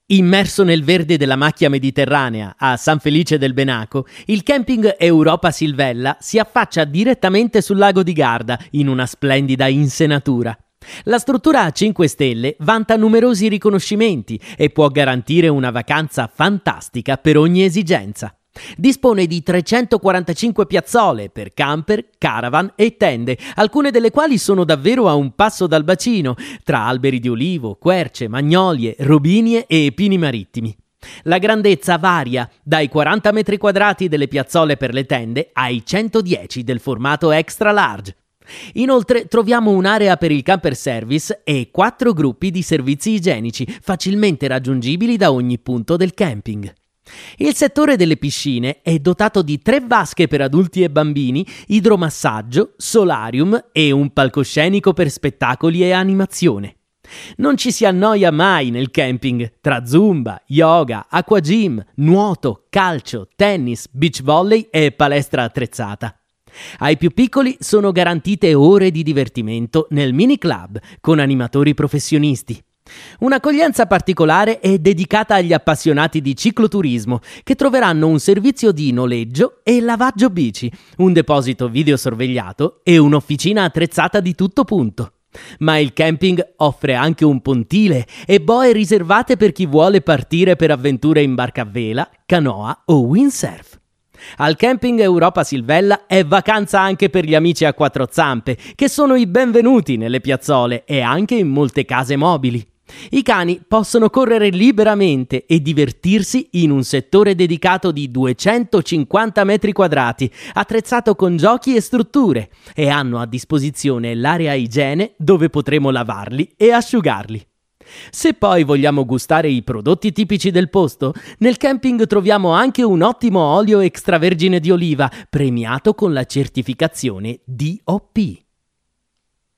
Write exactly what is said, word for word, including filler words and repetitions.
Immerso nel verde della macchia mediterranea a San Felice del Benaco, il camping Europa Silvella si affaccia direttamente sul lago di Garda in una splendida insenatura. La struttura a cinque stelle vanta numerosi riconoscimenti e può garantire una vacanza fantastica per ogni esigenza. Dispone di trecentoquarantacinque piazzole per camper, caravan e tende, alcune delle quali sono davvero a un passo dal bacino, tra alberi di olivo, querce, magnolie, robinie e pini marittimi. La grandezza varia dai quaranta metri quadrati delle piazzole per le tende ai centodieci del formato extra large. Inoltre troviamo un'area per il camper service e quattro gruppi di servizi igienici facilmente raggiungibili da ogni punto del camping. Il settore delle piscine è dotato di tre vasche per adulti e bambini, idromassaggio, solarium e un palcoscenico per spettacoli e animazione. Non ci si annoia mai nel camping, tra zumba, yoga, acquagym, nuoto, calcio, tennis, beach volley e palestra attrezzata. Ai più piccoli sono garantite ore di divertimento nel mini club con animatori professionisti. Un'accoglienza particolare è dedicata agli appassionati di cicloturismo, che troveranno un servizio di noleggio e lavaggio bici, un deposito videosorvegliato e un'officina attrezzata di tutto punto. Ma il camping offre anche un pontile e boe riservate per chi vuole partire per avventure in barca a vela, canoa o windsurf. Al camping Europa Silvella è vacanza anche per gli amici a quattro zampe, che sono i benvenuti nelle piazzole e anche in molte case mobili. I cani possono correre liberamente e divertirsi in un settore dedicato di duecentocinquanta metri quadrati, attrezzato con giochi e strutture, e hanno a disposizione l'area igiene dove potremo lavarli e asciugarli. Se poi vogliamo gustare i prodotti tipici del posto, nel camping troviamo anche un ottimo olio extravergine di oliva, premiato con la certificazione D O P.